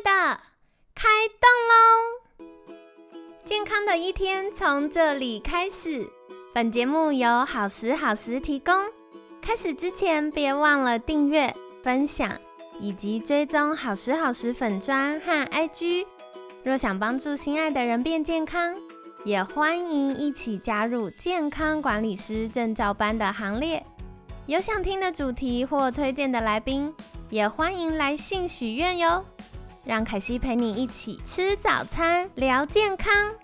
的，开动喽！健康的一天从这里开始。本节目由好时好时提供。开始之前，别忘了订阅、分享以及追踪好时好时粉专和 IG。若想帮助心爱的人变健康，也欢迎一起加入健康管理师证照班的行列。有想听的主题或推荐的来宾，也欢迎来信许愿哟。让凯西陪你一起吃早餐，聊健康。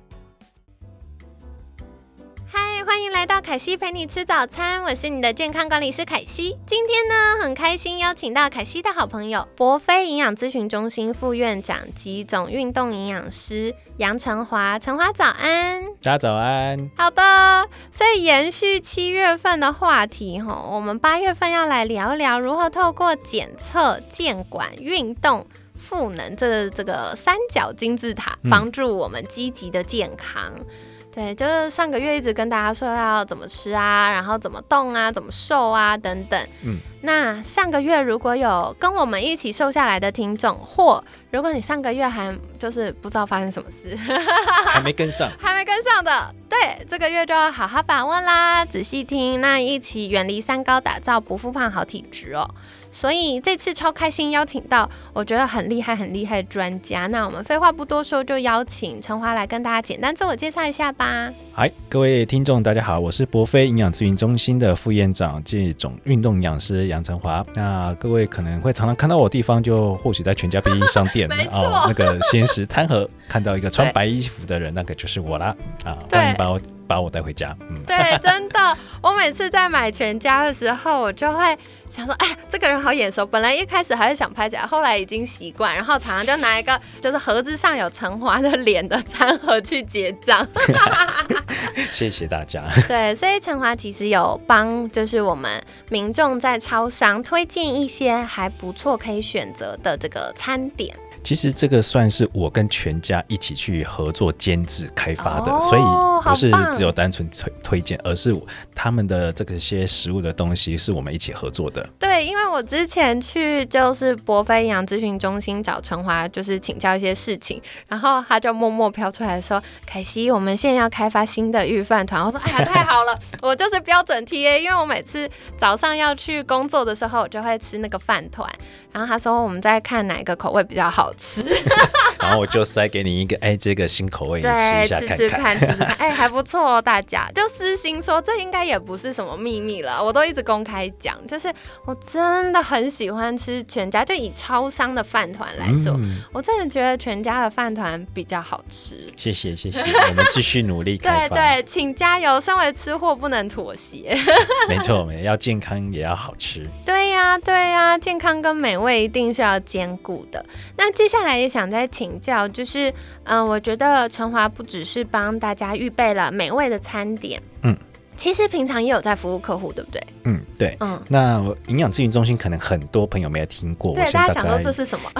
嗨，欢迎来到凯西陪你吃早餐，我是你的健康管理师凯西。今天呢，很开心邀请到凯西的好朋友博飞营养咨询中心副院长及总运动营养师杨成华。成华早安。 大家早安。 好的，所以延续7月份的话题，我们8月份要来聊聊如何透过检测、健管、运动、赋能这个三角金字塔，帮助我们积极的健康。对，就是上个月一直跟大家说要怎么吃啊，然后怎么动啊，怎么瘦啊等等。那上个月如果有跟我们一起瘦下来的听众，或如果你上个月还就是不知道发生什么事， 还没跟上的，对，这个月就要好好把握啦，仔细听，那一起远离三高，打造不复胖好体质哦。所以这次超开心邀请到我觉得很厉害的专家，那我们废话不多说，就邀请成华来跟大家简单自我介绍一下吧。 嗨，各位听众大家好，我是博飞营养咨询中心的副院长兼总运动营养师杨成华。那各位可能会常常看到我的地方，就或许在全家便利商店那个鲜食餐盒看到一个穿白衣服的人，那个就是我啦。欢迎把我带回家。 对，真的，我每次在买全家的时候，我就会想说，哎，这个人好眼熟。本来一开始还是想拍起来，后来已经习惯，然后常常就拿一个就是盒子上有成华的脸的餐盒去结账。 谢谢大家。 对，所以成华其实有帮就是我们民众在超商推荐一些还不错可以选择的这个餐点。 其实这个算是我跟全家一起去合作监制开发的，所以不是只有单纯推荐，而是他们的这些食物的东西是我们一起合作的。 对，因为我之前去就是博飞营养咨询中心找成华，就是请教一些事情，然后他就默默飘出来说：“凯西，我们现在要开发新的预饭团。”我说：“哎呀，太好了，我就是标准 TA， 因为我每次早上要去工作的时候，我就会吃那个饭团。”然后他说：“我们在看哪个口味比较好吃。” 然后我就塞给你一个，这个新口味，你吃一下看看， 还不错哦，大家就私心说，这应该也不是什么秘密了，我都一直公开讲，就是我真的很喜欢吃全家，就以超商的饭团来说，我真的觉得全家的饭团比较好吃。 谢谢，我们继续努力开发。 对，请加油，身为吃货不能妥协。 没错，要健康也要好吃。 对呀，健康跟美味一定是要兼顾的。那接下来也想再请教，就是我觉得成华不只是帮大家预备了美味的餐点，其实平常也有在服务客户，对不对？ 对。那营养咨询中心可能很多朋友没有听过， 对，大家想说这是什么？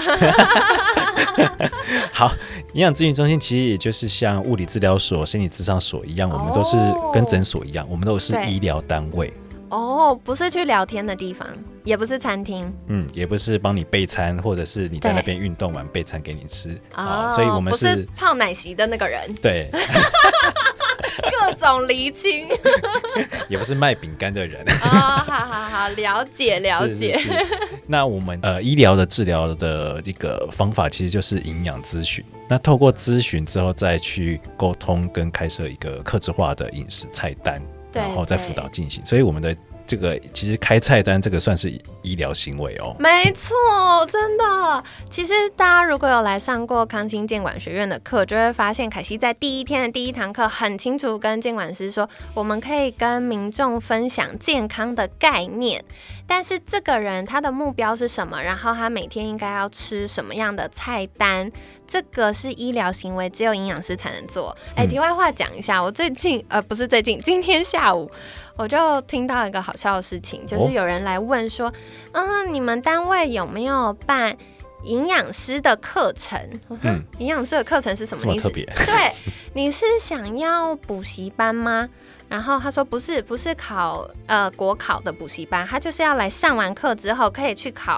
好，营养咨询中心其实也就是像物理治疗所、心理咨商所一样，我们都是跟诊所一样，我们都是医疗单位。 不是去聊天的地方，也不是餐厅， 也不是帮你备餐，或者是你在那边运动完备餐给你吃。所以我们不是泡奶昔的那个人。 对。 各种厘清。 也不是卖饼干的人。 好，了解。 是。那我们医疗的治疗的一个方法其实就是营养咨询，那透过咨询之后再去沟通跟开设一个客制化的饮食菜单，然后再辅导进行。所以我们的这个其实开菜单这个算是医疗行为哦。 没错，真的。其实大家如果有来上过康欣健管学院的课，就会发现凯西在第一天的第一堂课很清楚跟健管师说，我们可以跟民众分享健康的概念，但是这个人他的目标是什么，然后他每天应该要吃什么样的菜单，这个是医疗行为，只有营养师才能做。题外话讲一下，我今天下午我就听到一个好笑的事情，就是有人来问说，你们单位有没有办营养师的课程？我说营养师的课程是什么？ 这么特别？ 对，你是想要补习班吗？然后他说不是考国考的补习班，他就是要来上完课之后可以去考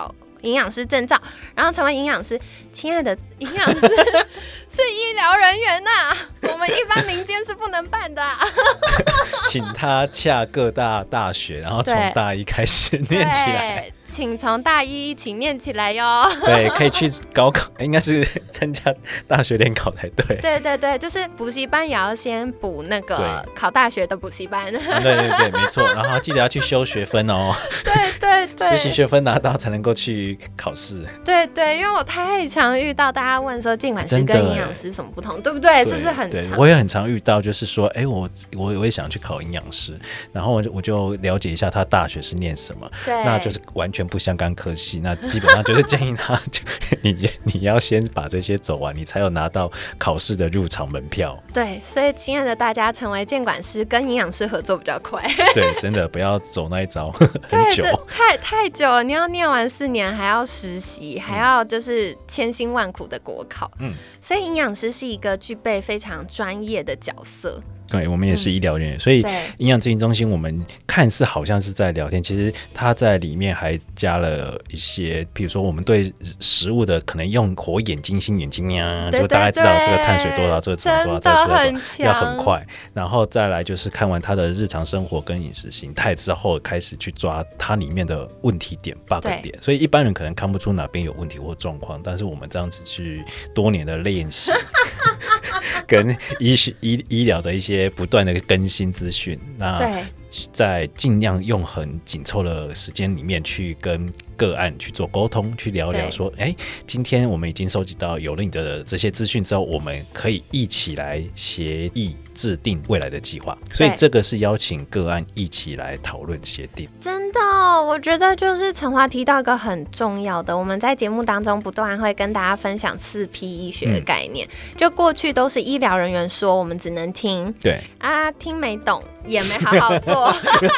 营养师证照，然后成为营养师。亲爱的，营养师是医疗人员呐、我们一般民间是不能办的、 请他洽各大大学，然后从大一开始念起来。 请从大一一起念起来哟。 对，可以去高考，应该是参加大学联考才对。 对对对，就是补习班也要先补那个考大学的补习班。对对对，没错。然后记得要去修学分哦。 对对对， 实习学分拿到才能够去考试。 对对，因为我太常遇到大家问说进管师跟营养师什么不同，对不对？是不是很常？ 我也很常遇到，就是说，我也想去考营养师，然后我就了解一下他大学是念什么，那就是完全不相干科系，那基本上就是建议他，你要先把这些走完，你才有拿到考试的入场门票。 对，所以亲爱的大家，成为监管师跟营养师合作比较快。 对，真的不要走那一招，很久， 太久了。你要念完4年，还要实习，还要就是千辛万苦的国考。所以营养师是一个具备非常专业的角色。 对，我们也是医疗人员，所以营养咨询中心我们看似好像是在聊天，其实它在里面还加了一些，比如说我们对食物的可能用火眼金睛眼睛呀，就大概知道这个碳水多少，这个怎么做，这个水要很快，然后再来就是看完他的日常生活跟饮食形态之后，开始去抓它里面的问题点 bug 点，所以一般人可能看不出哪边有问题或状况，但是我们这样子去多年的练习跟医疗的一些不断的更新资讯，那在尽量用很紧凑的时间里面去跟个案去做沟通，去聊聊说，今天我们已经收集到有了你的这些资讯之后，我们可以一起来协议制定未来的计划，所以这个是邀请个案一起来讨论协定。 真的，我觉得就是陈华提到一个很重要的，我们在节目当中不断会跟大家分享4P 医学的概念，就过去都是医疗人员说，我们只能听， 对啊，听没懂也没好好做，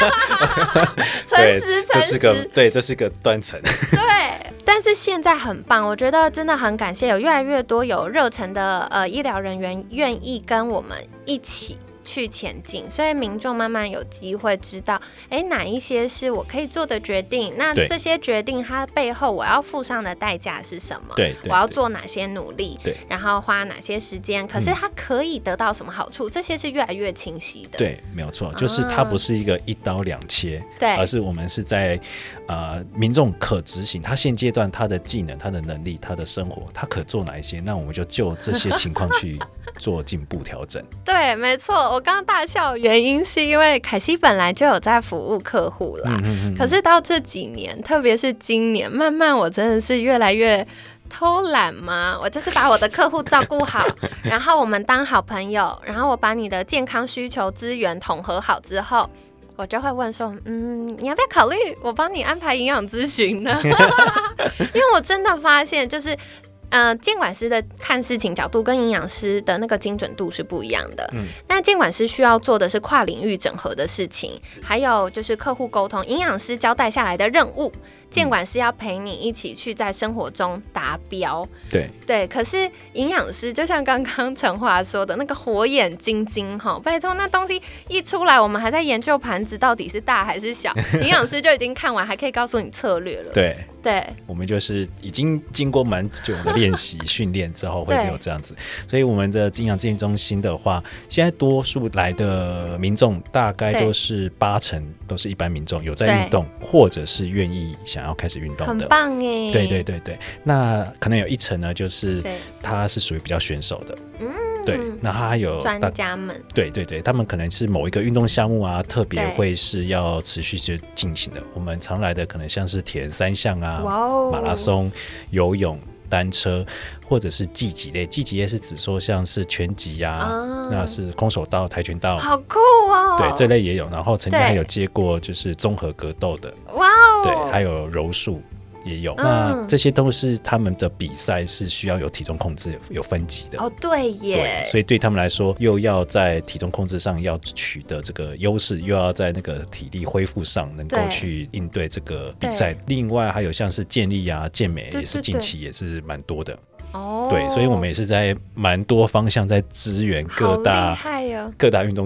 诚实， 这是个断层。 对，但是现在很棒，我觉得真的很感谢有越来越多有热忱的医疗人员愿意跟我们一起去前进，所以民众慢慢有机会知道，哪一些是我可以做的决定，那这些决定它背后我要付上的代价是什么？对，我要做哪些努力？对，然后花哪些时间？可是它可以得到什么好处？这些是越来越清晰的。 对，没有错，就是它不是一个一刀两切，而是我们是在民众可执行，他现阶段他的技能、他的能力、他的生活，他可做哪一些？那我们就这些情况去做进步调整。对， 没错。我刚刚大笑的原因是因为凯西本来就有在服务客户啦，可是到这几年，特别是今年，慢慢我真的是越来越偷懒嘛，我就是把我的客户照顾好，然后我们当好朋友，然后我把你的健康需求资源统合好之后，我就会问说，你要不要考虑我帮你安排营养咨询呢？因为我真的发现就是监管师的看事情角度跟营养师的那个精准度是不一样的。那监管师需要做的是跨领域整合的事情，还有就是客户沟通，营养师交代下来的任务，监管师要陪你一起去在生活中达标。对，可是营养师就像刚刚陈华说的那个火眼金睛哈，拜托那东西一出来，我们还在研究盘子到底是大还是小，营养师就已经看完，还可以告诉你策略了。对， 我们就是已经经过蛮久的练习训练之后会有这样子，所以我们的营养咨询中心的话，现在多数来的民众大概都是80%都是一般民众，有在运动或者是愿意想要开始运动的， 很棒耶。 对，那可能有1成呢，就是他是属于比较选手的。对，那他还有专家们， 对，他们可能是某一个运动项目啊，特别会是要持续去进行的。我们常来的可能像是铁人3项啊，马拉松、游泳、单车，或者是技击类。技击类是指说像是拳击啊，那是空手道、跆拳道， 好酷哦。 对，这类也有。然后曾经还有接过就是综合格斗的，对，还有柔术。也有，那这些都是他们的比赛是需要有体重控制、有分级的。对耶，所以对他们来说，又要在体重控制上要取得这个优势，又要在那个体力恢复上能够去应对这个比赛。另外还有像是健力啊、健美，也是近期也是蛮多的。对，所以我们也是在蛮多方向在支援各大运动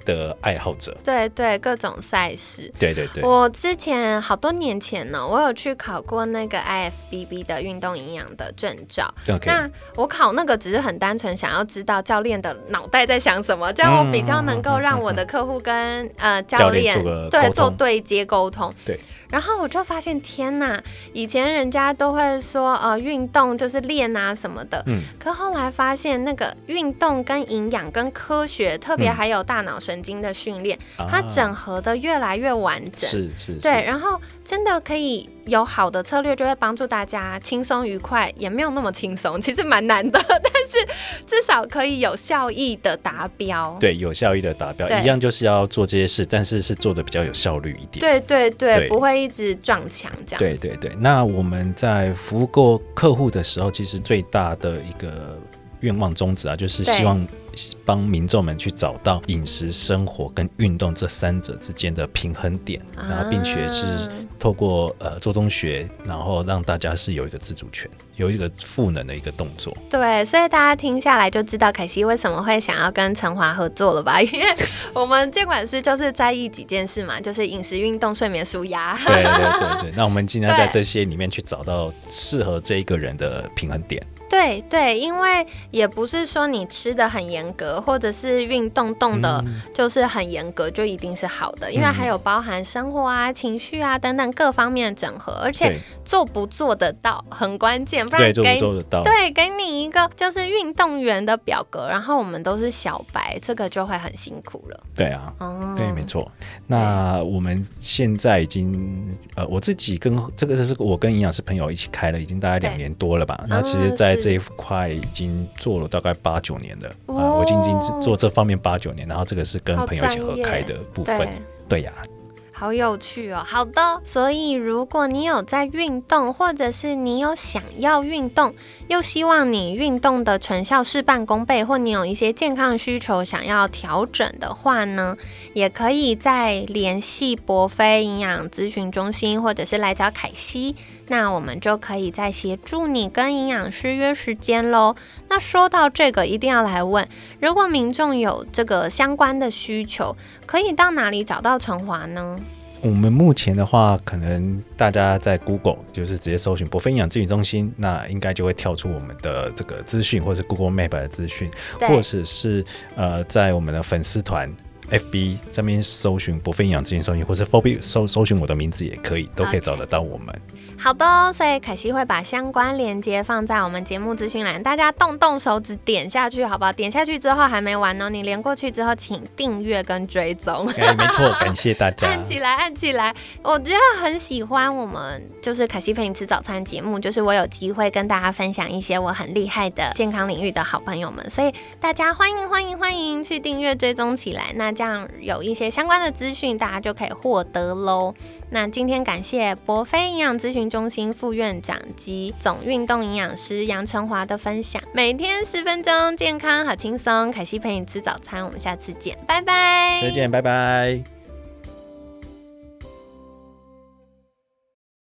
的爱好者。 对对，各种赛事。 对对对， 我之前好多年前呢，我有去考过那个 IFBB 的运动营养的证照。 Okay. 那我考那个只是很单纯想要知道教练的脑袋在想什么，这样我比较能够让我的客户跟教练做对接沟通。 对。 然后我就发现，天哪！以前人家都会说，运动就是练啊什么的。可后来发现，那个运动跟营养跟科学，特别还有大脑神经的训练，它整合的越来越完整。 是。 对，然后真的可以有好的策略，就会帮助大家轻松愉快，也没有那么轻松，其实蛮难的，但是至少可以有效益的达标。 对，有效益的达标，一样就是要做这些事，但是做的比较有效率一点。 对，不会一直撞墙这样子。 对。那我们在服务过客户的时候，其实最大的一个愿望宗旨就是希望帮民众们去找到饮食、生活跟运动这三者之间的平衡点，然后并且是透过做中学，然后让大家是有一个自主权，有一个赋能的一个动作。 对，所以大家听下来就知道凯西为什么会想要跟成华合作了吧？因为我们监管师就是在意几件事嘛，就是饮食、运动、睡眠、舒压。 对。那我们尽量在这些里面去找到适合这一个人的平衡点。 对，因为也不是说你吃的很严格，或者是运动的就是很严格就一定是好的，因为还有包含生活啊、情绪啊等等各方面的整合，而且做不做得到很关键，不然做不做得到， 对，给你一个就是运动员的表格，然后我们都是小白，这个就会很辛苦了。 对啊，对，没错。那我们现在已经我自己跟这是我跟营养师朋友一起开了，已经大概2年多了吧。那其实在这一块已经做了大概8、9年了。我已经做这方面8、9年，然后这个是跟朋友一起合开的部分。对呀。 好有趣哦。好的，所以如果你有在运动，或者是你有想要运动，又希望你运动的成效事半功倍，或你有一些健康需求想要调整的话呢，也可以再联系博菲营养咨询中心，或者是来找凯西，那我们就可以再协助你跟营养师约时间咯。那说到这个一定要来问，如果民众有这个相关的需求，可以到哪里找到成华呢？ 我们目前的话，可能大家在 Google 就是直接搜寻博菲营养咨询中心，那应该就会跳出我们的这个资讯，或是 Google Map 的资讯，或者是在我们的粉丝团 FB 上面搜寻博菲营养咨询中心，或是 FB 搜寻我的名字也可以，都可以找得到我们。 好的，所以凯西会把相关连结放在我们节目资讯栏，大家动手指点下去好不好？点下去之后还没完哦，你连过去之后请订阅跟追踪。 没错，感谢大家。 按起来，我觉得很喜欢我们就是凯西陪你吃早餐节目，就是我有机会跟大家分享一些我很厉害的健康领域的好朋友们，所以大家欢迎去订阅追踪起来，那这样有一些相关的资讯大家就可以获得咯。那今天感谢博菲营养咨询中心副院长及总运动营养师杨成华的分享，每天10分钟，健康好轻松，凯西陪你吃早餐，我们下次见，拜拜。 再见，拜拜。